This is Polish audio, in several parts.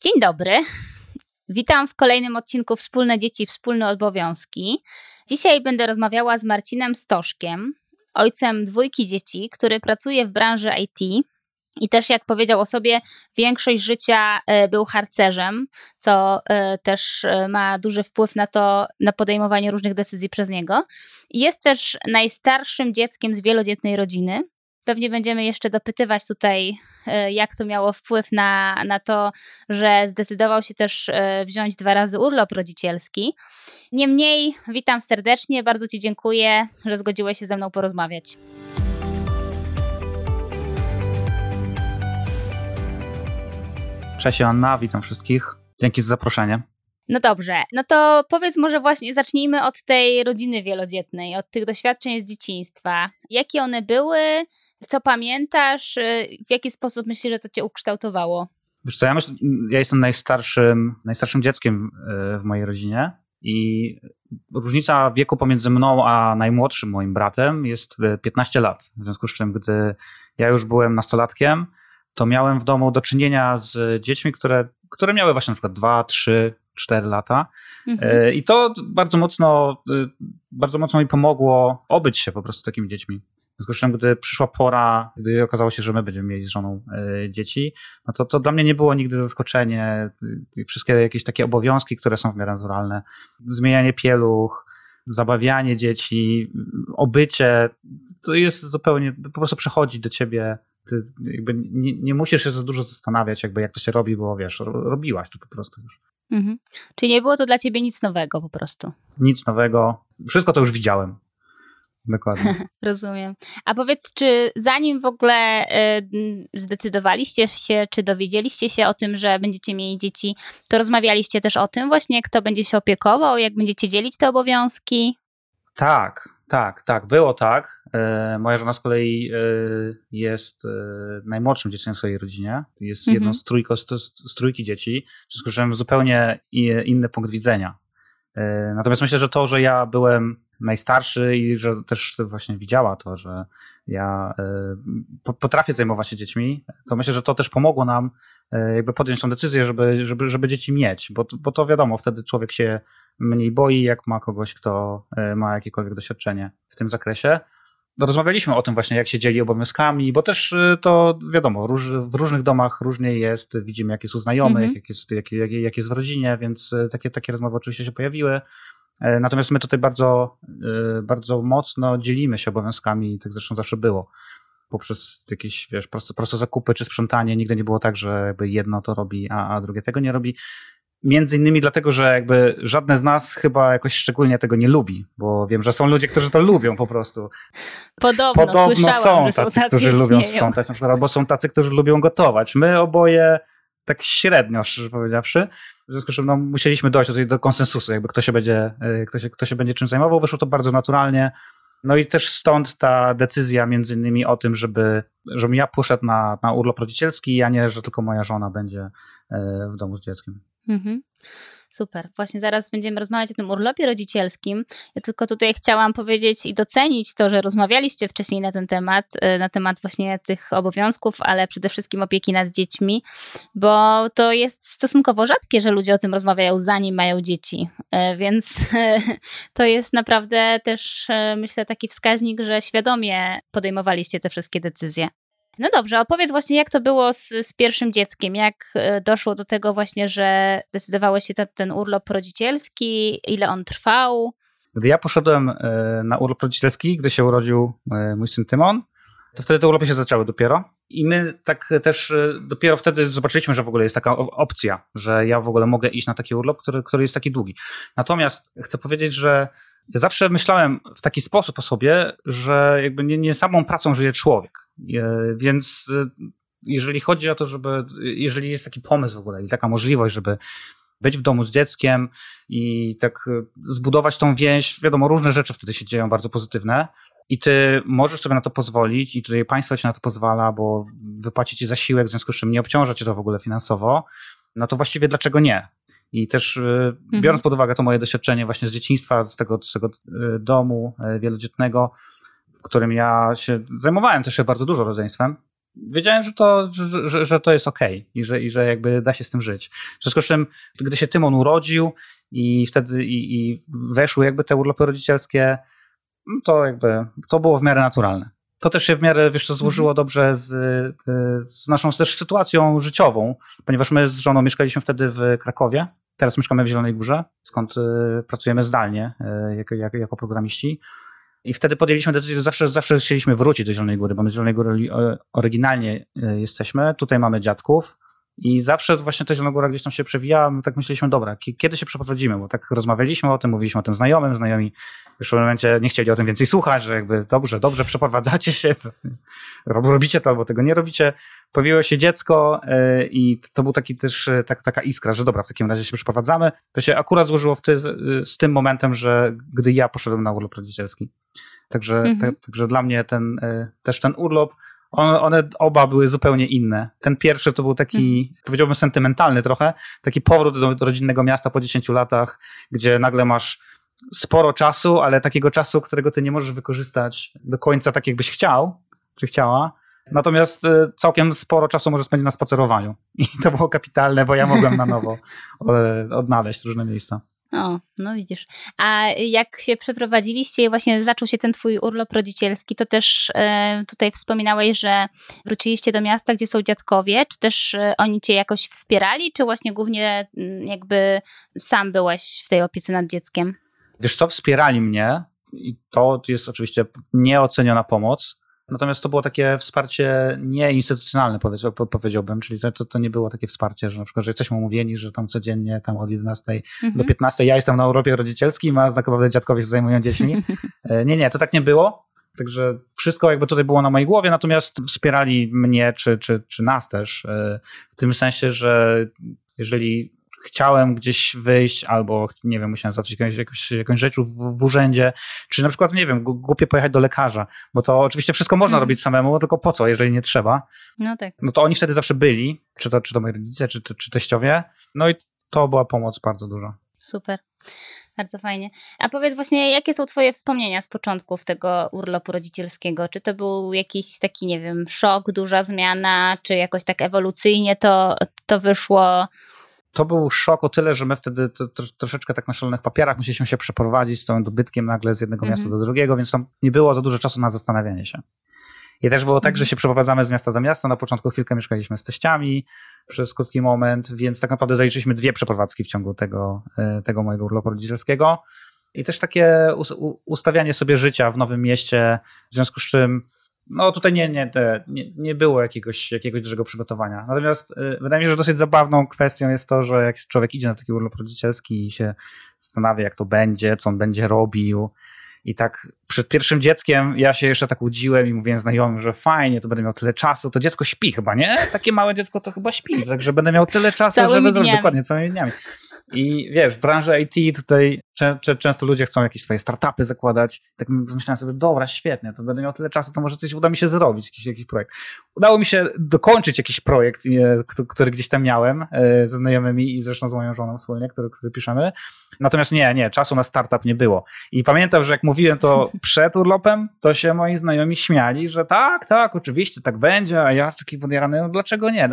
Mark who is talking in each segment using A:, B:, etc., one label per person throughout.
A: Dzień dobry. Witam w kolejnym odcinku Wspólne Dzieci, Wspólne Obowiązki. Dzisiaj będę rozmawiała z Marcinem Stoszkiem, ojcem 2 dzieci, który pracuje w branży IT i też, jak powiedział o sobie, większość życia był harcerzem, co też ma duży wpływ na podejmowanie różnych decyzji przez niego. Jest też najstarszym dzieckiem z wielodzietnej rodziny. Pewnie będziemy jeszcze dopytywać tutaj, jak to miało wpływ na to, że zdecydował się też wziąć 2 razy urlop rodzicielski. Niemniej witam serdecznie, bardzo Ci dziękuję, że zgodziłeś się ze mną porozmawiać.
B: Cześć Joanna, witam wszystkich. Dzięki za zaproszenie.
A: No dobrze, no to powiedz może właśnie, zacznijmy od tej rodziny wielodzietnej, od tych doświadczeń z dzieciństwa. Jakie one były, co pamiętasz, w jaki sposób myślisz, że to cię ukształtowało?
B: Wiesz co, ja jestem najstarszym dzieckiem w mojej rodzinie i różnica wieku pomiędzy mną a najmłodszym moim bratem jest 15 lat. W związku z czym, gdy ja już byłem nastolatkiem, to miałem w domu do czynienia z dziećmi, które miały właśnie na przykład 2, 3, 4 lata. I to bardzo mocno mi pomogło obyć się po prostu takimi dziećmi. W związku z czym, gdy przyszła pora, gdy okazało się, że my będziemy mieli z żoną dzieci, no to dla mnie nie było nigdy zaskoczenie. Wszystkie jakieś takie obowiązki, które są w miarę naturalne. Zmienianie pieluch, zabawianie dzieci, obycie, to jest zupełnie, po prostu przychodzi do ciebie. Ty jakby nie musisz się za dużo zastanawiać, jakby jak to się robi, bo wiesz, robiłaś to po prostu już.
A: Czyli nie było to dla ciebie nic nowego po prostu?
B: Nic nowego. Wszystko to już widziałem. Dokładnie.
A: Rozumiem. A powiedz, czy zanim w ogóle zdecydowaliście się, czy dowiedzieliście się o tym, że będziecie mieli dzieci, to rozmawialiście też o tym właśnie, kto będzie się opiekował, jak będziecie dzielić te obowiązki?
B: Tak, było tak. Moja żona z kolei jest najmłodszym dzieckiem w swojej rodzinie. Jest jedną z trójki dzieci, w związku z czym zupełnie inny punkt widzenia. Natomiast myślę, że to, że ja byłem najstarszy i że też właśnie widziała to, że ja potrafię zajmować się dziećmi, to myślę, że to też pomogło nam jakby podjąć tą decyzję, żeby dzieci mieć, bo to wiadomo, wtedy człowiek się mniej boi, jak ma kogoś, kto ma jakiekolwiek doświadczenie w tym zakresie. Rozmawialiśmy o tym właśnie, jak się dzieli obowiązkami, bo też to wiadomo, w różnych domach różnie jest, widzimy jak jest u znajomych, jak jest w rodzinie, więc takie rozmowy oczywiście się pojawiły. Natomiast my tutaj bardzo mocno dzielimy się obowiązkami i tak zresztą zawsze było. Poprzez jakieś, wiesz, prosto zakupy czy sprzątanie. Nigdy nie było tak, że jakby jedno to robi, a drugie tego nie robi. Między innymi dlatego, że jakby żadne z nas chyba jakoś szczególnie tego nie lubi, bo wiem, że są ludzie, którzy to lubią po prostu.
A: Podobno
B: są tacy, którzy lubią sprzątać na przykład, albo są tacy, którzy lubią gotować. My oboje tak średnio, szczerze powiedziawszy. W związku z czym musieliśmy dojść do konsensusu, jakby kto się będzie czym zajmował. Wyszło to bardzo naturalnie. No i też stąd ta decyzja między innymi o tym, żebym ja poszedł na urlop rodzicielski, a nie, że tylko moja żona będzie w domu z dzieckiem.
A: Super. Właśnie zaraz będziemy rozmawiać o tym urlopie rodzicielskim. Ja tylko tutaj chciałam powiedzieć i docenić to, że rozmawialiście wcześniej na temat właśnie tych obowiązków, ale przede wszystkim opieki nad dziećmi, bo to jest stosunkowo rzadkie, że ludzie o tym rozmawiają zanim mają dzieci, więc to jest naprawdę też, myślę, taki wskaźnik, że świadomie podejmowaliście te wszystkie decyzje. No dobrze, opowiedz właśnie, jak to było z pierwszym dzieckiem, jak doszło do tego właśnie, że zdecydowałeś się ten urlop rodzicielski, ile on trwał?
B: Gdy ja poszedłem na urlop rodzicielski, gdy się urodził mój syn Tymon, to wtedy te urlopy się zaczęły dopiero i my tak też dopiero wtedy zobaczyliśmy, że w ogóle jest taka opcja, że ja w ogóle mogę iść na taki urlop, który jest taki długi. Natomiast chcę powiedzieć, że ja zawsze myślałem w taki sposób o sobie, że jakby nie samą pracą żyje człowiek. Więc jeżeli chodzi o to, jeżeli jest taki pomysł w ogóle i taka możliwość, żeby być w domu z dzieckiem i tak zbudować tą więź, wiadomo, różne rzeczy wtedy się dzieją bardzo pozytywne i ty możesz sobie na to pozwolić i tutaj państwo ci na to pozwala, bo wypłaci ci zasiłek, w związku z czym nie obciąża cię to w ogóle finansowo, no to właściwie dlaczego nie? I też biorąc pod uwagę to moje doświadczenie właśnie z dzieciństwa, z tego domu wielodzietnego, w którym ja się zajmowałem też bardzo dużo rodzeństwem, wiedziałem, że to jest okej i że jakby da się z tym żyć. W związku z czym, gdy się Tymon urodził i wtedy i weszły jakby te urlopy rodzicielskie, no to jakby to było w miarę naturalne. To też się w miarę, wiesz co, złożyło dobrze z naszą też sytuacją życiową, ponieważ my z żoną mieszkaliśmy wtedy w Krakowie, teraz mieszkamy w Zielonej Górze, skąd pracujemy zdalnie jako programiści. I wtedy podjęliśmy decyzję, że zawsze chcieliśmy wrócić do Zielonej Góry, bo my z Zielonej Góry oryginalnie jesteśmy, tutaj mamy dziadków i zawsze właśnie ta Zielona Góra gdzieś tam się przewija, my tak myśleliśmy, dobra, kiedy się przeprowadzimy, bo tak rozmawialiśmy o tym, mówiliśmy o tym znajomym, znajomi już w pewnym momencie nie chcieli o tym więcej słuchać, że jakby dobrze, przeprowadzacie się, robicie to albo tego nie robicie. Pojawiło się dziecko i to był taki też taka iskra, że dobra, w takim razie się przeprowadzamy. To się akurat złożyło z tym momentem, że gdy ja poszedłem na urlop rodzicielski. Także dla mnie też ten urlop, one oba były zupełnie inne. Ten pierwszy to był taki, powiedziałbym, sentymentalny trochę, taki powrót do rodzinnego miasta po 10 latach, gdzie nagle masz sporo czasu, ale takiego czasu, którego ty nie możesz wykorzystać do końca tak, jakbyś chciał, czy chciała. Natomiast całkiem sporo czasu możesz spędzić na spacerowaniu. I to było kapitalne, bo ja mogłem na nowo odnaleźć różne miejsca.
A: O, no widzisz. A jak się przeprowadziliście i właśnie zaczął się ten twój urlop rodzicielski, to też tutaj wspominałeś, że wróciliście do miasta, gdzie są dziadkowie. Czy też oni cię jakoś wspierali, czy właśnie głównie jakby sam byłeś w tej opiece nad dzieckiem?
B: Wiesz co, wspierali mnie i to jest oczywiście nieoceniona pomoc. Natomiast to było takie wsparcie nieinstytucjonalne, powiedziałbym, czyli to nie było takie wsparcie, że na przykład, że jesteśmy umówieni, że tam codziennie tam od 11 do 15 ja jestem na urlopie rodzicielskim, a tak naprawdę dziadkowie się zajmują dziećmi. Nie, to tak nie było. Także wszystko jakby tutaj było na mojej głowie, natomiast wspierali mnie czy nas też w tym sensie, że jeżeli chciałem gdzieś wyjść albo, nie wiem, musiałem załatwić jakąś rzecz w urzędzie, czy na przykład, nie wiem, głupie pojechać do lekarza, bo to oczywiście wszystko można robić samemu, tylko po co, jeżeli nie trzeba.
A: No tak.
B: No to oni wtedy zawsze byli, czy to moi rodzice, czy teściowie, no i to była pomoc bardzo duża.
A: Super. Bardzo fajnie. A powiedz właśnie, jakie są twoje wspomnienia z początków tego urlopu rodzicielskiego? Czy to był jakiś taki, nie wiem, szok, duża zmiana, czy jakoś tak ewolucyjnie to wyszło?
B: To był szok o tyle, że my wtedy troszeczkę tak na szalonych papierach musieliśmy się przeprowadzić z całym dobytkiem nagle z jednego miasta do drugiego, więc tam nie było za dużo czasu na zastanawianie się. I też było tak, że się przeprowadzamy z miasta do miasta. Na początku chwilkę mieszkaliśmy z teściami przez krótki moment, więc tak naprawdę zaliczyliśmy 2 przeprowadzki w ciągu tego mojego urlopu rodzicielskiego. I też takie ustawianie sobie życia w nowym mieście, w związku z czym no tutaj nie było jakiegoś dużego przygotowania. Natomiast wydaje mi się, że dosyć zabawną kwestią jest to, że jak człowiek idzie na taki urlop rodzicielski i się zastanawia, jak to będzie, co on będzie robił. I tak przed pierwszym dzieckiem ja się jeszcze tak łudziłem i mówiłem znajomym, że fajnie, to będę miał tyle czasu. To dziecko śpi chyba, nie? Takie małe dziecko to chyba śpi, także będę miał tyle czasu, żeby zrobić dokładnie całymi dniami. I wiesz, w branży IT tutaj często ludzie chcą jakieś swoje startupy zakładać. Tak myślałem sobie, dobra, świetnie, to będę miał tyle czasu, to może coś uda mi się zrobić, jakiś projekt. Udało mi się dokończyć jakiś projekt, który gdzieś tam miałem ze znajomymi i zresztą z moją żoną wspólnie, który piszemy. Natomiast nie, czasu na startup nie było. I pamiętam, że jak mówiłem to przed urlopem, to się moi znajomi śmiali, że tak, oczywiście tak będzie, a ja taki podjarany, no dlaczego nie?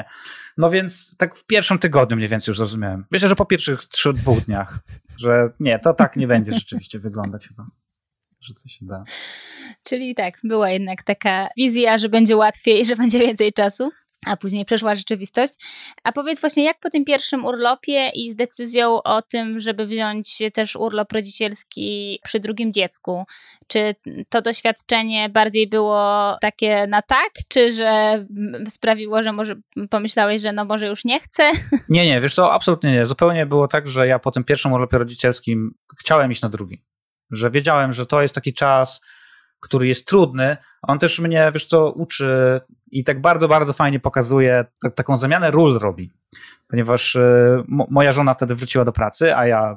B: No więc tak w pierwszym tygodniu mniej więcej już zrozumiałem. Myślę, że po pierwszych 2 dniach, że nie, to tak nie będzie rzeczywiście wyglądać chyba, że coś się da.
A: Czyli tak, była jednak taka wizja, że będzie łatwiej, że będzie więcej czasu, a później przeszła rzeczywistość. A powiedz właśnie, jak po tym pierwszym urlopie i z decyzją o tym, żeby wziąć też urlop rodzicielski przy drugim dziecku, czy to doświadczenie bardziej było takie na tak, czy że sprawiło, że może pomyślałeś, że no może już nie chcę?
B: Nie, wiesz co, absolutnie nie. Zupełnie było tak, że ja po tym pierwszym urlopie rodzicielskim chciałem iść na drugi. Że wiedziałem, że to jest taki czas, który jest trudny. On też mnie, wiesz co, uczy i tak bardzo, bardzo fajnie pokazuje, taką zamianę ról robi. Ponieważ moja żona wtedy wróciła do pracy, a ja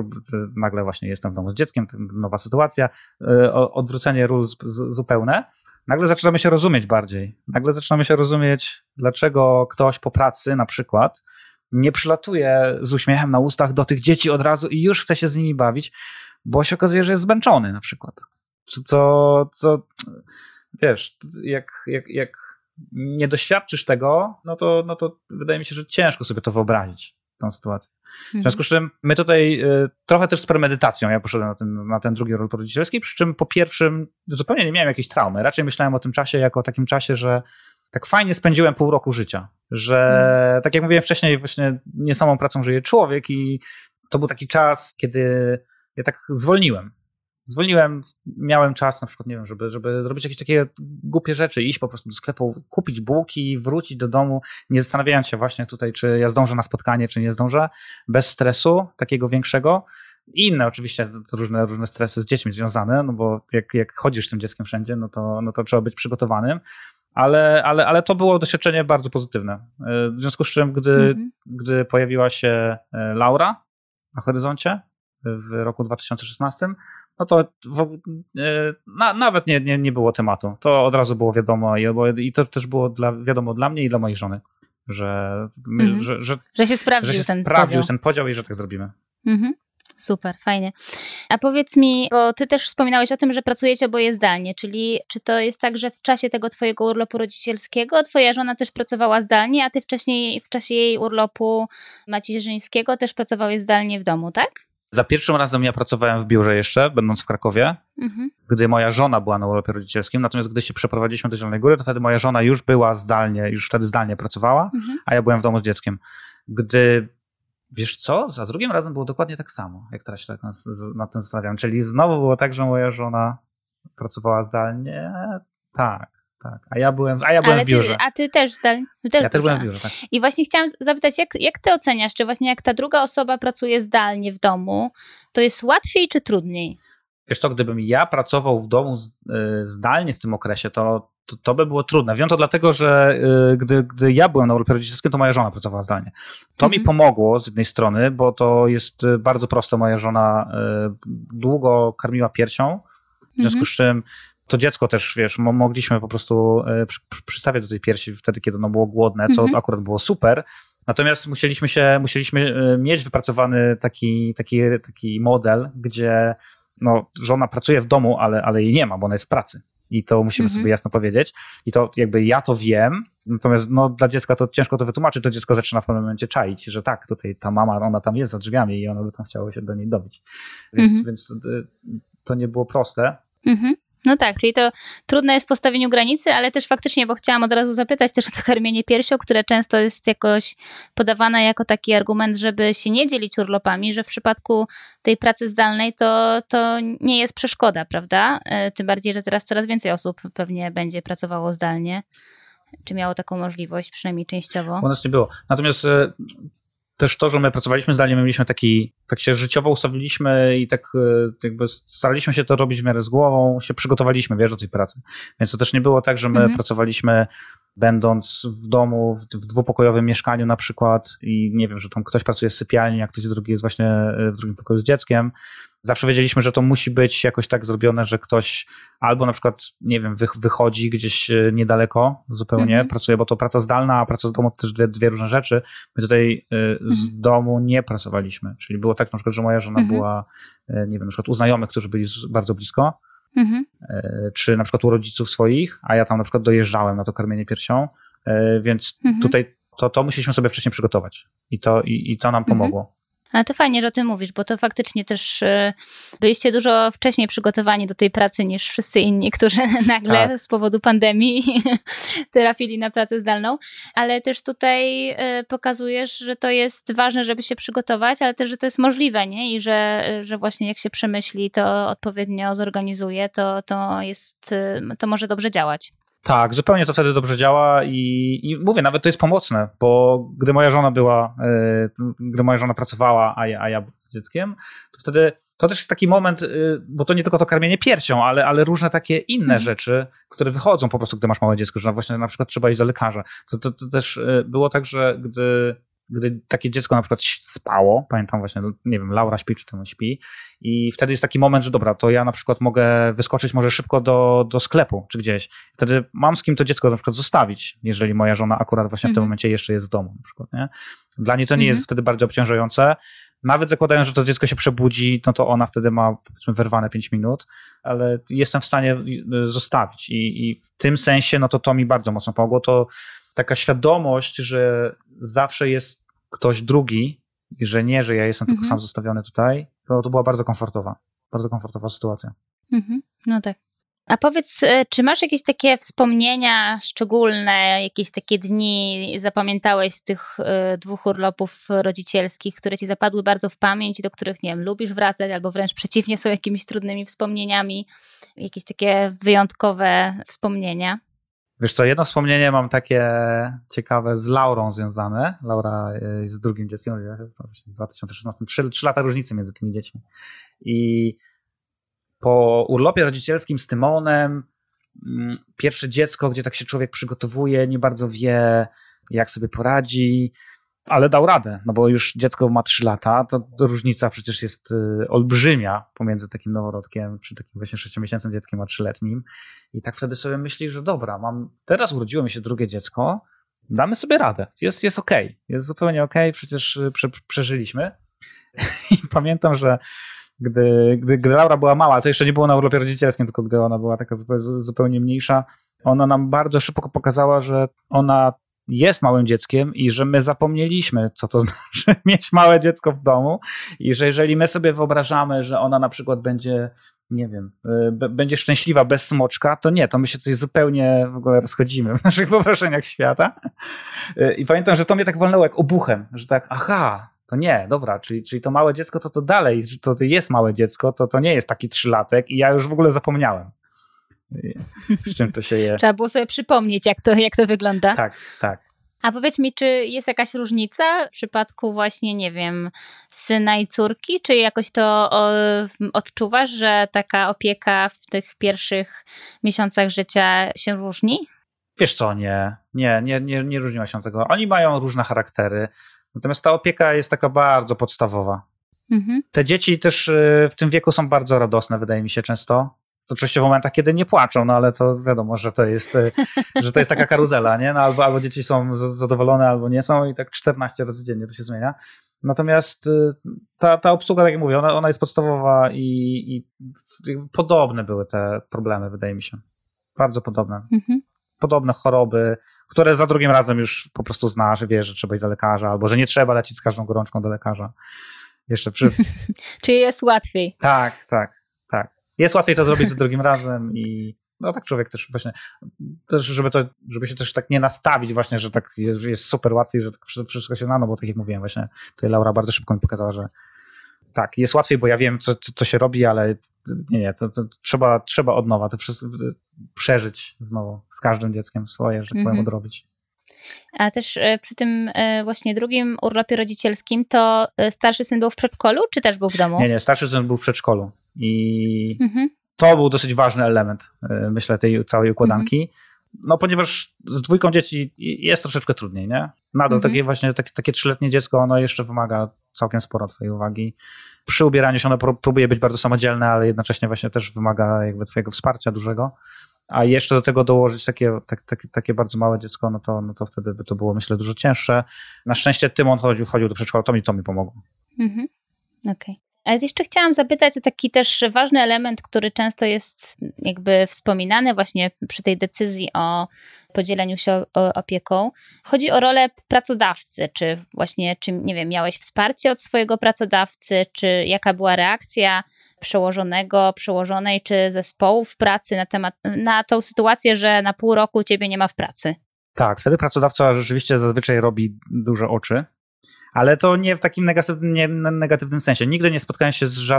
B: nagle właśnie jestem w domu z dzieckiem, nowa sytuacja, odwrócenie ról zupełne. Nagle zaczynamy się rozumieć bardziej. Nagle zaczynamy się rozumieć, dlaczego ktoś po pracy na przykład nie przylatuje z uśmiechem na ustach do tych dzieci od razu i już chce się z nimi bawić, bo się okazuje, że jest zmęczony na przykład. Co wiesz, jak nie doświadczysz tego, no to wydaje mi się, że ciężko sobie to wyobrazić, tą sytuację. W związku z czym my tutaj trochę też z premedytacją ja poszedłem na ten drugi urlop rodzicielski, przy czym po pierwszym zupełnie nie miałem jakiejś traumy. Raczej myślałem o tym czasie jako o takim czasie, że tak fajnie spędziłem pół roku życia, że tak jak mówiłem wcześniej, właśnie nie samą pracą żyje człowiek i to był taki czas, kiedy ja tak zwolniłem, miałem czas na przykład, nie wiem, żeby robić jakieś takie głupie rzeczy, iść po prostu do sklepu, kupić bułki, wrócić do domu, nie zastanawiając się właśnie tutaj, czy ja zdążę na spotkanie, czy nie zdążę, bez stresu takiego większego. I inne oczywiście różne stresy z dziećmi związane, no bo jak chodzisz z tym dzieckiem wszędzie, no to trzeba być przygotowanym. Ale to było doświadczenie bardzo pozytywne. W związku z czym, gdy pojawiła się Laura na horyzoncie w roku 2016, no to nawet nie było tematu. To od razu było wiadomo i to też było wiadomo dla mnie i dla mojej żony, że
A: się sprawdził
B: ten podział i że tak zrobimy.
A: Super, fajnie. A powiedz mi, bo ty też wspominałeś o tym, że pracujecie oboje zdalnie, czyli czy to jest tak, że w czasie tego twojego urlopu rodzicielskiego twoja żona też pracowała zdalnie, a ty wcześniej w czasie jej urlopu macierzyńskiego też pracowałeś zdalnie w domu, tak?
B: Za pierwszym razem ja pracowałem w biurze jeszcze, będąc w Krakowie, gdy moja żona była na urlopie rodzicielskim, natomiast gdy się przeprowadziliśmy do Zielonej Góry, to wtedy moja żona już wtedy zdalnie pracowała, a ja byłem w domu z dzieckiem. Wiesz co? Za drugim razem było dokładnie tak samo, jak teraz się tak nad tym zastanawiam. Czyli znowu było tak, że moja żona pracowała zdalnie? Tak. A ja byłem w biurze.
A: A ty też zdalnie?
B: Ja też byłem w biurze, tak.
A: I właśnie chciałam zapytać, jak ty oceniasz, czy właśnie jak ta druga osoba pracuje zdalnie w domu, to jest łatwiej czy trudniej?
B: Wiesz co, gdybym ja pracował w domu zdalnie w tym okresie, to by było trudne. Wiem to dlatego, że gdy ja byłem na urlopie rodzicielskim, to moja żona pracowała zdalnie. To mi pomogło z jednej strony, bo to jest bardzo proste. Moja żona długo karmiła piersią, w związku z czym to dziecko też, wiesz, mogliśmy po prostu przystawiać do tej piersi wtedy, kiedy ono było głodne, co akurat było super. Natomiast musieliśmy mieć wypracowany taki model, gdzie żona pracuje w domu, ale jej nie ma, bo ona jest w pracy. I to musimy sobie jasno powiedzieć. I to jakby ja to wiem, natomiast dla dziecka to ciężko to wytłumaczyć. To dziecko zaczyna w pewnym momencie czaić, że tak, tutaj ta mama, ona tam jest za drzwiami i ona by tam chciało się do niej dobić. Więc to nie było proste.
A: No tak, czyli to trudne jest w postawieniu granicy, ale też faktycznie, bo chciałam od razu zapytać też o to karmienie piersią, które często jest jakoś podawane jako taki argument, żeby się nie dzielić urlopami, że w przypadku tej pracy zdalnej to nie jest przeszkoda, prawda? Tym bardziej, że teraz coraz więcej osób pewnie będzie pracowało zdalnie. Czy miało taką możliwość, przynajmniej częściowo?
B: U nas nie było. Natomiast też to, że my pracowaliśmy zdalnie, my mieliśmy tak się życiowo ustawiliśmy i tak jakby staraliśmy się to robić w miarę z głową, się przygotowaliśmy, wiesz, do tej pracy. Więc to też nie było tak, że my pracowaliśmy będąc w domu, w dwupokojowym mieszkaniu na przykład i nie wiem, że tam ktoś pracuje w sypialni, a ktoś drugi jest właśnie w drugim pokoju z dzieckiem. Zawsze wiedzieliśmy, że to musi być jakoś tak zrobione, że ktoś albo na przykład, nie wiem, wychodzi gdzieś niedaleko zupełnie, pracuje, bo to praca zdalna, a praca z domu to też dwie różne rzeczy. My tutaj z domu nie pracowaliśmy, czyli było tak na przykład, że moja żona była, nie wiem, na przykład u znajomych, którzy byli bardzo blisko, czy na przykład u rodziców swoich, a ja tam na przykład dojeżdżałem na to karmienie piersią, więc tutaj to musieliśmy sobie wcześniej przygotować i to nam pomogło.
A: Ale to fajnie, że o tym mówisz, bo to faktycznie też byliście dużo wcześniej przygotowani do tej pracy niż wszyscy inni, którzy nagle z powodu pandemii trafili na pracę zdalną. Ale też tutaj pokazujesz, że to jest ważne, żeby się przygotować, ale też, że to jest możliwe, nie? I że właśnie jak się przemyśli, to odpowiednio zorganizuje, to może dobrze działać.
B: Tak, zupełnie to wtedy dobrze działa i mówię, nawet to jest pomocne, bo gdy moja żona pracowała, a ja byłem z dzieckiem, to wtedy to też jest taki moment, bo to nie tylko to karmienie piersią, ale różne takie inne rzeczy, które wychodzą po prostu, gdy masz małe dziecko, że właśnie na przykład trzeba iść do lekarza. To też było tak, że gdy takie dziecko na przykład spało, pamiętam właśnie, nie wiem, Laura śpi, czy tam śpi i wtedy jest taki moment, że dobra, to ja na przykład mogę wyskoczyć może szybko do sklepu, czy gdzieś. Wtedy mam z kim to dziecko na przykład zostawić, jeżeli moja żona akurat właśnie w tym momencie jeszcze jest w domu na przykład, nie? Dla niej to nie jest wtedy bardzo obciążające. Nawet zakładając, że to dziecko się przebudzi, no to ona wtedy ma, powiedzmy, wyrwane 5 minut, ale jestem w stanie zostawić i w tym sensie, no to mi bardzo mocno pomogło. To taka świadomość, że zawsze jest ktoś drugi i że nie, że ja jestem tylko sam zostawiony tutaj, to była bardzo komfortowa sytuacja.
A: No tak. A powiedz, czy masz jakieś takie wspomnienia szczególne, jakieś takie dni zapamiętałeś z tych 2 urlopów rodzicielskich, które ci zapadły bardzo w pamięć i do których, nie wiem, lubisz wracać, albo wręcz przeciwnie, są jakimiś trudnymi wspomnieniami, jakieś takie wyjątkowe wspomnienia?
B: Wiesz co, jedno wspomnienie mam takie ciekawe z Laurą związane. Laura jest drugim dzieckiem, w 2016, 3 lata różnicy między tymi dziećmi. I po urlopie rodzicielskim z Tymonem, pierwsze dziecko, gdzie tak się człowiek przygotowuje, nie bardzo wie, jak sobie poradzi, ale dał radę, no bo już dziecko ma 3 lata, to różnica przecież jest olbrzymia pomiędzy takim noworodkiem, czy takim właśnie 6-miesięcznym dzieckiem a 3-letnim. I tak wtedy sobie myśli, że dobra, teraz urodziło mi się drugie dziecko, damy sobie radę, jest okej, jest zupełnie okej, przecież przeżyliśmy. I pamiętam, że gdy Laura była mała, to jeszcze nie było na urlopie rodzicielskim, tylko gdy ona była taka zupełnie mniejsza, ona nam bardzo szybko pokazała, że ona jest małym dzieckiem i że my zapomnieliśmy, co to znaczy mieć małe dziecko w domu i że jeżeli my sobie wyobrażamy, że ona na przykład będzie, nie wiem, będzie szczęśliwa bez smoczka, to nie, to my się tutaj zupełnie w ogóle rozchodzimy w naszych wyobrażeniach świata. I pamiętam, że to mnie tak walnęło jak obuchem, że tak, aha, to nie, dobra, czyli to małe dziecko to dalej, to jest małe dziecko, to nie jest taki 3-latek i ja już w ogóle zapomniałem, z czym to się je.
A: Trzeba było sobie przypomnieć, jak to wygląda.
B: Tak.
A: A powiedz mi, czy jest jakaś różnica w przypadku właśnie, nie wiem, syna i córki? Czy jakoś to odczuwasz, że taka opieka w tych pierwszych miesiącach życia się różni?
B: Wiesz co, nie różniła się od tego. Oni mają różne charaktery, natomiast ta opieka jest taka bardzo podstawowa. Te dzieci też w tym wieku są bardzo radosne, wydaje mi się często. To oczywiście w momentach, kiedy nie płaczą, no ale to wiadomo, że to jest taka karuzela, nie? No albo dzieci są zadowolone, albo nie są i tak 14 razy dziennie to się zmienia. Natomiast ta obsługa, tak jak mówię, ona jest podstawowa i podobne były te problemy, wydaje mi się. Bardzo podobne. Podobne choroby, które za drugim razem już po prostu znasz, wiesz, że trzeba iść do lekarza, albo że nie trzeba lecieć z każdą gorączką do lekarza. Jeszcze
A: Czyli jest łatwiej.
B: Tak. Jest łatwiej to zrobić za drugim razem i no tak człowiek też właśnie, też żeby się też tak nie nastawić właśnie, że tak jest super łatwiej, że tak wszystko się bo tak jak mówiłem właśnie, tutaj Laura bardzo szybko mi pokazała, że tak, jest łatwiej, bo ja wiem, co się robi, ale nie, to trzeba od nowa, to wszystko przeżyć znowu z każdym dzieckiem swoje, że tak powiem, odrobić.
A: A też przy tym właśnie drugim urlopie rodzicielskim to starszy syn był w przedszkolu, czy też był w domu?
B: Nie, starszy syn był w przedszkolu i to był dosyć ważny element, myślę, tej całej układanki, no ponieważ z 2 dzieci jest troszeczkę trudniej, nie? Nadal takie właśnie, takie 3-letnie dziecko, ono jeszcze wymaga całkiem sporo twojej uwagi. Przy ubieraniu się ono próbuje być bardzo samodzielne, ale jednocześnie właśnie też wymaga jakby twojego wsparcia dużego. A jeszcze do tego dołożyć takie bardzo małe dziecko, no to wtedy by to było, myślę, dużo cięższe. Na szczęście Tymon chodził do przedszkola, to mi pomogło.
A: Okej. A jeszcze chciałam zapytać o taki też ważny element, który często jest jakby wspominany właśnie przy tej decyzji o podzieleniu się opieką. Chodzi o rolę pracodawcy, czy nie wiem, miałeś wsparcie od swojego pracodawcy, czy jaka była reakcja przełożonej, czy zespołu w pracy na tą sytuację, że na pół roku ciebie nie ma w pracy? Tak,
B: wtedy pracodawca rzeczywiście zazwyczaj robi duże oczy. Ale to nie w takim negatywnym sensie. Nigdy nie spotkałem się z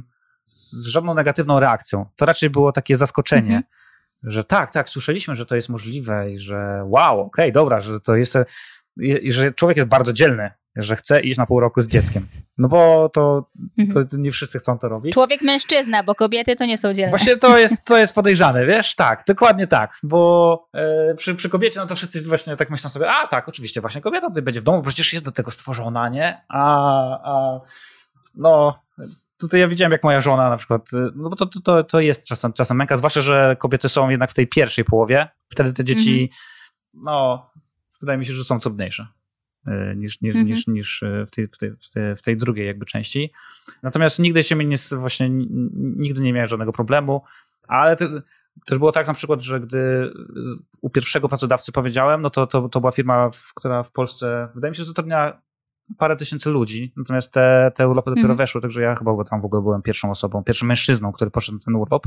B: żadną negatywną reakcją. To raczej było takie zaskoczenie, że tak, słyszeliśmy, że to jest możliwe i że wow, okej, dobra, że to jest, i że człowiek jest bardzo dzielny, że chce iść na pół roku z dzieckiem. No bo to nie wszyscy chcą to robić.
A: Człowiek mężczyzna, bo kobiety to nie są dzielne.
B: Właśnie to jest podejrzane, wiesz? Tak, dokładnie tak, bo przy kobiecie, no to wszyscy właśnie tak myślą sobie, tak, oczywiście właśnie kobieta tutaj będzie w domu, przecież jest do tego stworzona, nie? No, tutaj ja widziałem, jak moja żona na przykład, no bo to jest czasem męka, zwłaszcza, że kobiety są jednak w tej pierwszej połowie, wtedy te dzieci, no, wydaje mi się, że są trudniejsze. niż w tej drugiej jakby części. Natomiast nigdy nie miałem żadnego problemu, ale też było tak na przykład, że gdy u pierwszego pracodawcy powiedziałem, no to była firma, która w Polsce, wydaje mi się, że zatrudnia parę tysięcy ludzi, natomiast te urlopy dopiero weszły, także ja chyba tam w ogóle byłem pierwszym mężczyzną, który poszedł na ten urlop.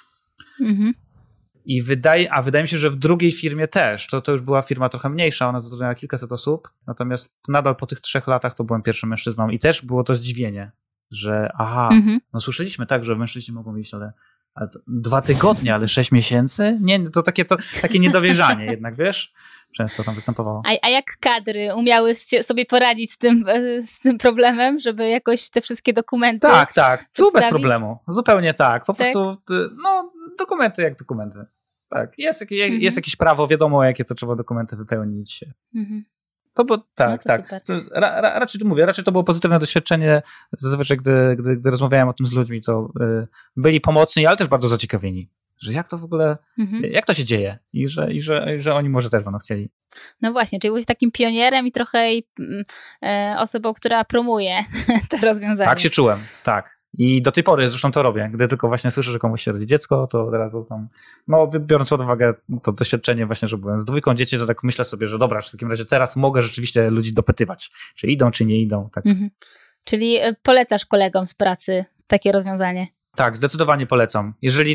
B: I wydaje mi się, że w drugiej firmie też, to już była firma trochę mniejsza, ona zatrudniała kilkaset osób, natomiast nadal po tych 3 latach to byłem pierwszym mężczyzną i też było to zdziwienie, że no słyszeliśmy tak, że mężczyźni mogą iść, ale 2 tygodnie, ale 6 miesięcy? Nie, to takie niedowierzanie jednak, wiesz? Często tam występowało.
A: A jak kadry umiały sobie poradzić z tym problemem, żeby jakoś te wszystkie dokumenty
B: Tak, tu bez problemu. Zupełnie tak. Po prostu, dokumenty jak dokumenty. Tak, jest jakieś prawo, wiadomo, jakie to trzeba dokumenty wypełnić. To było, tak. Raczej to było pozytywne doświadczenie. Zazwyczaj, gdy rozmawiałem o tym z ludźmi, to byli pomocni, ale też bardzo zaciekawieni, że jak to w ogóle, jak to się dzieje i że oni może też będą chcieli.
A: No właśnie, czyli byłeś takim pionierem i trochę osobą, która promuje to rozwiązanie.
B: Tak się czułem, tak. I do tej pory zresztą to robię. Gdy tylko właśnie słyszę, że komuś się rodzi dziecko, to od razu tam, biorąc pod uwagę to doświadczenie właśnie, że byłem z 2 dzieci, to tak myślę sobie, że dobra, w takim razie teraz mogę rzeczywiście ludzi dopytywać, czy idą, czy nie idą. Tak.
A: Czyli polecasz kolegom z pracy takie rozwiązanie?
B: Tak, zdecydowanie polecam.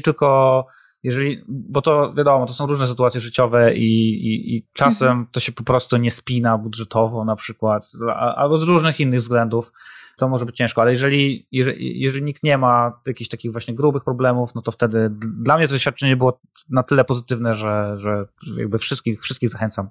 B: Bo to wiadomo, to są różne sytuacje życiowe i czasem to się po prostu nie spina budżetowo na przykład, albo z różnych innych względów, to może być ciężko, ale jeżeli nikt nie ma jakichś takich właśnie grubych problemów, no to wtedy dla mnie to doświadczenie było na tyle pozytywne, że jakby wszystkich zachęcam.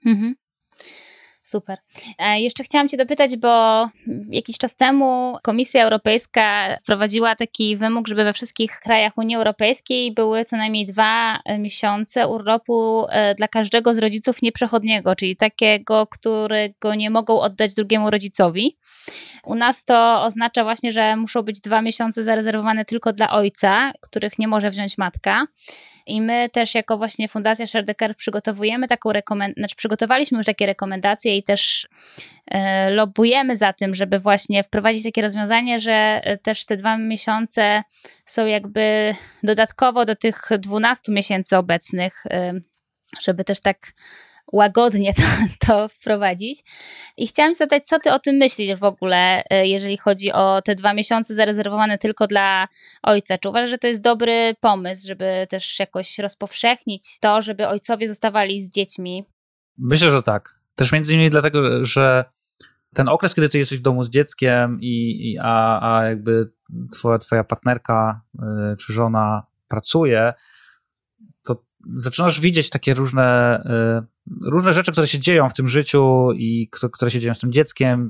A: Super. Jeszcze chciałam cię dopytać, bo jakiś czas temu Komisja Europejska wprowadziła taki wymóg, żeby we wszystkich krajach Unii Europejskiej były co najmniej 2 miesiące urlopu dla każdego z rodziców nieprzechodniego, czyli takiego, którego nie mogą oddać drugiemu rodzicowi. U nas to oznacza właśnie, że muszą być 2 miesiące zarezerwowane tylko dla ojca, których nie może wziąć matka. I my też jako właśnie Fundacja Share the Care przygotowujemy przygotowaliśmy już takie rekomendacje i też lobbujemy za tym, żeby właśnie wprowadzić takie rozwiązanie, że też te 2 miesiące są jakby dodatkowo do tych 12 miesięcy obecnych, żeby też tak łagodnie to wprowadzić. I chciałam zapytać, co ty o tym myślisz w ogóle, jeżeli chodzi o te 2 miesiące zarezerwowane tylko dla ojca? Czy uważasz, że to jest dobry pomysł, żeby też jakoś rozpowszechnić to, żeby ojcowie zostawali z dziećmi?
B: Myślę, że tak. Też między innymi dlatego, że ten okres, kiedy ty jesteś w domu z dzieckiem a jakby twoja partnerka czy żona pracuje, to zaczynasz widzieć takie różne rzeczy, które się dzieją w tym życiu i które się dzieją z tym dzieckiem,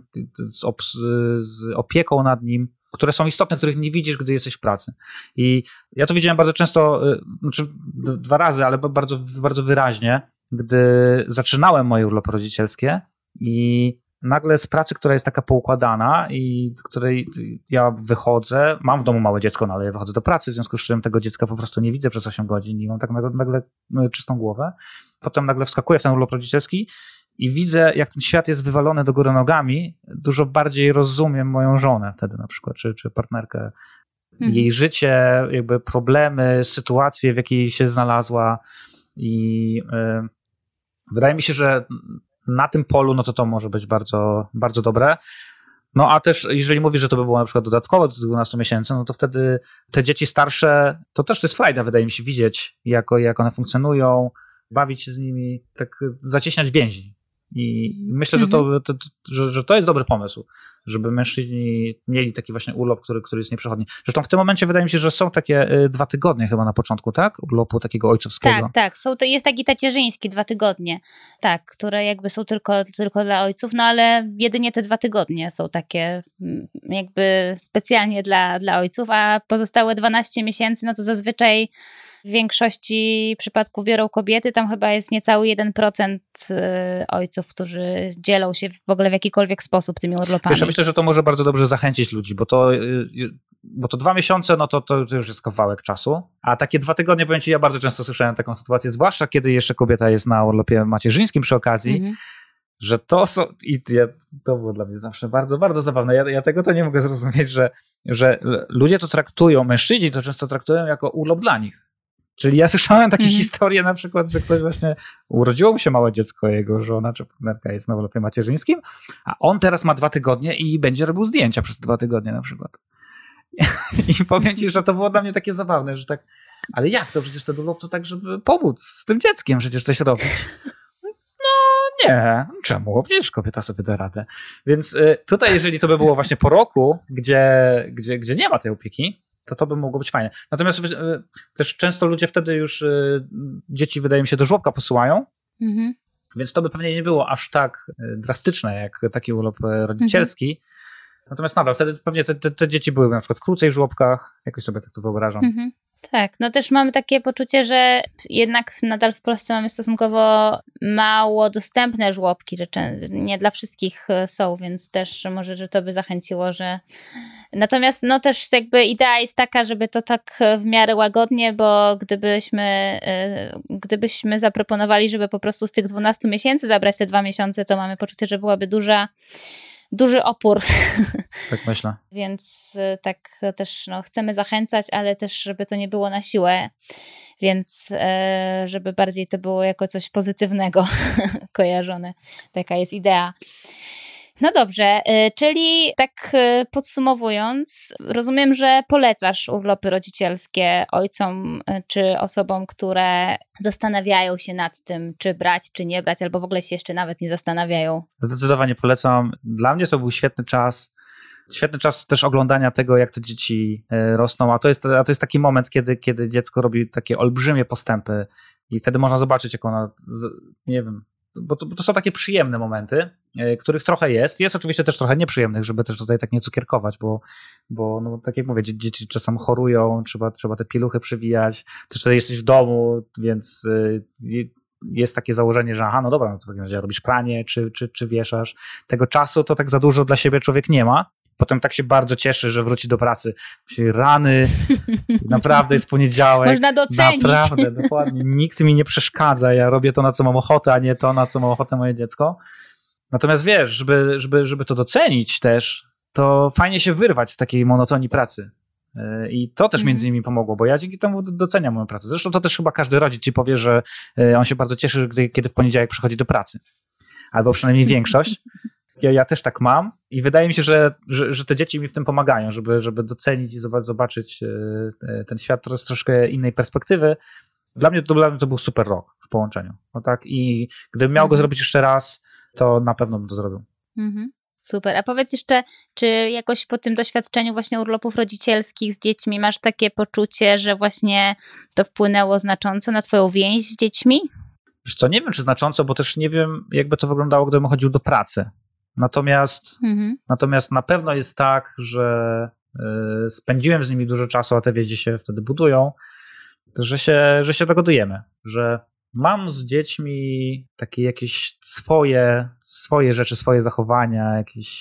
B: z opieką nad nim, które są istotne, których nie widzisz, gdy jesteś w pracy. I ja to widziałem bardzo często, 2 razy, ale bardzo, bardzo wyraźnie, gdy zaczynałem moje urlopy rodzicielskie i nagle z pracy, która jest taka poukładana i której ja wychodzę, mam w domu małe dziecko, no ale ja wychodzę do pracy, w związku z czym tego dziecka po prostu nie widzę przez 8 godzin i mam tak nagle czystą głowę. Potem nagle wskakuję w ten urlop rodzicielski i widzę, jak ten świat jest wywalony do góry nogami. Dużo bardziej rozumiem moją żonę wtedy na przykład, czy partnerkę. Jej życie, jakby problemy, sytuacje, w jakiej się znalazła i wydaje mi się, że na tym polu, no to może być bardzo, bardzo dobre. No a też, jeżeli mówisz, że to by było na przykład dodatkowo do 12 miesięcy, no to wtedy te dzieci starsze, to też to jest frajda, wydaje mi się, widzieć, jak one funkcjonują, bawić się z nimi, tak zacieśniać więzi. I myślę, że to jest dobry pomysł, żeby mężczyźni mieli taki właśnie urlop, który jest nieprzechodni. Zresztą w tym momencie wydaje mi się, że są takie 2 tygodnie chyba na początku, tak? Urlopu takiego ojcowskiego.
A: Tak. Jest taki tacierzyński 2 tygodnie, tak, które jakby są tylko dla ojców, no ale jedynie te 2 tygodnie są takie jakby specjalnie dla ojców, a pozostałe 12 miesięcy, no to zazwyczaj w większości przypadków biorą kobiety, tam chyba jest niecały 1% ojców, którzy dzielą się w ogóle w jakikolwiek sposób tymi urlopami.
B: Wiesz, ja myślę, że to może bardzo dobrze zachęcić ludzi, bo to 2 miesiące, no to już jest kawałek czasu, a takie 2 tygodnie, powiem ci, ja bardzo często słyszałem taką sytuację, zwłaszcza kiedy jeszcze kobieta jest na urlopie macierzyńskim przy okazji, że to są, to było dla mnie zawsze bardzo, bardzo zabawne. Ja tego to nie mogę zrozumieć, że ludzie to traktują, mężczyźni to często traktują jako urlop dla nich. Czyli ja słyszałem takie historie na przykład, że ktoś właśnie urodziło mu się małe dziecko, jego żona czy partnerka jest na urlopie macierzyńskim, a on teraz ma 2 tygodnie i będzie robił zdjęcia przez 2 tygodnie na przykład. I powiem ci, że to było dla mnie takie zabawne, że tak, ale jak to? Przecież ten urlop to tak, żeby pomóc z tym dzieckiem przecież coś robić. Nie, czemu? Przecież kobieta sobie da radę. Więc tutaj, jeżeli to by było właśnie po roku, gdzie nie ma tej opieki, to by mogło być fajne. Natomiast też często ludzie wtedy już dzieci, wydaje mi się, do żłobka posyłają, więc to by pewnie nie było aż tak drastyczne, jak taki urlop rodzicielski. Natomiast nadal, wtedy pewnie te dzieci były na przykład krócej w żłobkach, jakoś sobie tak to wyobrażam.
A: Tak, no też mamy takie poczucie, że jednak nadal w Polsce mamy stosunkowo mało dostępne żłobki, że nie dla wszystkich są, więc też może, że to by zachęciło, że... Natomiast no też jakby idea jest taka, żeby to tak w miarę łagodnie, bo gdybyśmy zaproponowali, żeby po prostu z tych 12 miesięcy zabrać te 2 miesiące, to mamy poczucie, że byłaby duży opór.
B: Tak myślę.
A: Więc tak też chcemy zachęcać, ale też żeby to nie było na siłę, więc żeby bardziej to było jako coś pozytywnego kojarzone. Taka jest idea. No dobrze, czyli tak podsumowując, rozumiem, że polecasz urlopy rodzicielskie ojcom czy osobom, które zastanawiają się nad tym, czy brać, czy nie brać, albo w ogóle się jeszcze nawet nie zastanawiają.
B: Zdecydowanie polecam. Dla mnie to był świetny czas też oglądania tego, jak te dzieci rosną, a to jest taki moment, kiedy dziecko robi takie olbrzymie postępy i wtedy można zobaczyć, jak ona, nie wiem, bo to są takie przyjemne momenty, których trochę jest. Jest oczywiście też trochę nieprzyjemnych, żeby też tutaj tak nie cukierkować, bo no, tak jak mówię, dzieci czasem chorują, trzeba te pieluchy przywijać, też wtedy jesteś w domu, więc jest takie założenie, że no dobra, no to w takim razie robisz pranie, czy wieszasz. Tego czasu to tak za dużo dla siebie człowiek nie ma. Potem tak się bardzo cieszy, że wróci do pracy. Rany, naprawdę jest poniedziałek.
A: Można docenić.
B: Naprawdę, dokładnie. Nikt mi nie przeszkadza. Ja robię to, na co mam ochotę, a nie to, na co ma ochotę moje dziecko. Natomiast wiesz, żeby to docenić też, to fajnie się wyrwać z takiej monotonii pracy. I to też między innymi pomogło, bo ja dzięki temu doceniam moją pracę. Zresztą to też chyba każdy rodzic ci powie, że on się bardzo cieszy, kiedy w poniedziałek przychodzi do pracy. Albo przynajmniej większość. Ja też tak mam i wydaje mi się, że te dzieci mi w tym pomagają, żeby docenić i zobaczyć ten świat z troszkę innej perspektywy. Dla mnie to był super rok w połączeniu. No tak? I gdybym miał go zrobić jeszcze raz, to na pewno bym to zrobił.
A: Super. A powiedz jeszcze, czy jakoś po tym doświadczeniu właśnie urlopów rodzicielskich z dziećmi masz takie poczucie, że właśnie to wpłynęło znacząco na twoją więź z dziećmi?
B: Wiesz co, nie wiem, czy znacząco, bo też nie wiem, jakby to wyglądało, gdybym chodził do pracy. Natomiast na pewno jest tak, że spędziłem z nimi dużo czasu, a te więzi się wtedy budują, że się dogadujemy, że mam z dziećmi takie jakieś swoje rzeczy, swoje zachowania, jakieś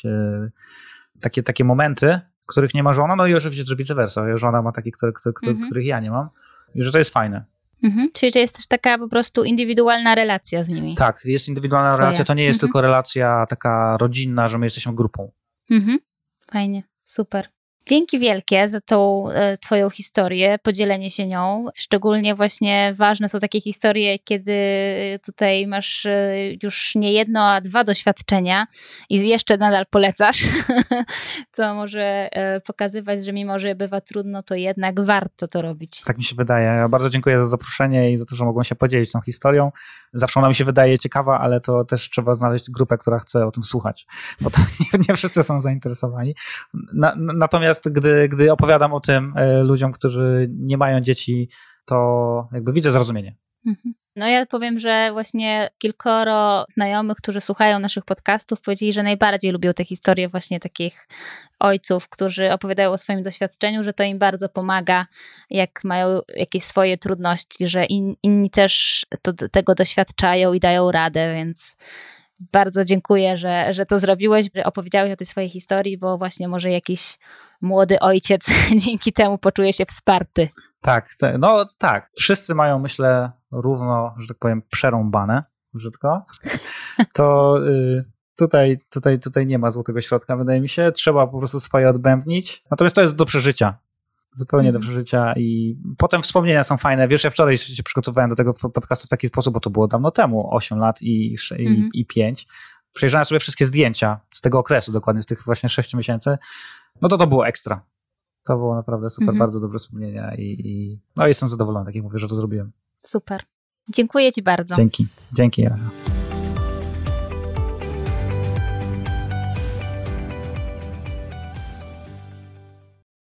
B: takie momenty, których nie ma żona, no i oczywiście, że vice versa. Żona ma takie, których ja nie mam i że to jest fajne.
A: Czyli to jest też taka po prostu indywidualna relacja z nimi.
B: Tak, jest indywidualna relacja, to nie jest tylko relacja taka rodzinna, że my jesteśmy grupą.
A: Fajnie, super. Dzięki wielkie za tą twoją historię, podzielenie się nią. Szczególnie właśnie ważne są takie historie, kiedy tutaj masz już nie jedno, a 2 doświadczenia i jeszcze nadal polecasz, co może pokazywać, że mimo, że bywa trudno, to jednak warto to robić.
B: Tak mi się wydaje. Ja bardzo dziękuję za zaproszenie i za to, że mogłem się podzielić tą historią. Zawsze ona mi się wydaje ciekawa, ale to też trzeba znaleźć grupę, która chce o tym słuchać, bo to nie wszyscy są zainteresowani. Natomiast gdy opowiadam o tym ludziom, którzy nie mają dzieci, to jakby widzę zrozumienie.
A: No ja powiem, że właśnie kilkoro znajomych, którzy słuchają naszych podcastów, powiedzieli, że najbardziej lubią te historie właśnie takich ojców, którzy opowiadają o swoim doświadczeniu, że to im bardzo pomaga, jak mają jakieś swoje trudności, że inni też tego doświadczają i dają radę, więc bardzo dziękuję, że to zrobiłeś, że opowiedziałeś o tej swojej historii, bo właśnie może jakiś młody ojciec dzięki temu poczuje się wsparty.
B: Tak, no tak. Wszyscy mają, myślę, równo, że tak powiem, przerąbane brzydko, to tutaj nie ma złotego środka, wydaje mi się. Trzeba po prostu swoje odbębnić. Natomiast to jest do przeżycia. Zupełnie do przeżycia i potem wspomnienia są fajne. Wiesz, ja wczoraj się przygotowałem do tego podcastu w taki sposób, bo to było dawno temu, 8 lat i 5. Przejrzałem sobie wszystkie zdjęcia z tego okresu, dokładnie z tych właśnie 6 miesięcy. No to było ekstra. To było naprawdę super, bardzo dobre wspomnienia i jestem zadowolony, tak jak mówię, że to zrobiłem.
A: Super. Dziękuję ci bardzo.
B: Dzięki. Dzięki, Jasia.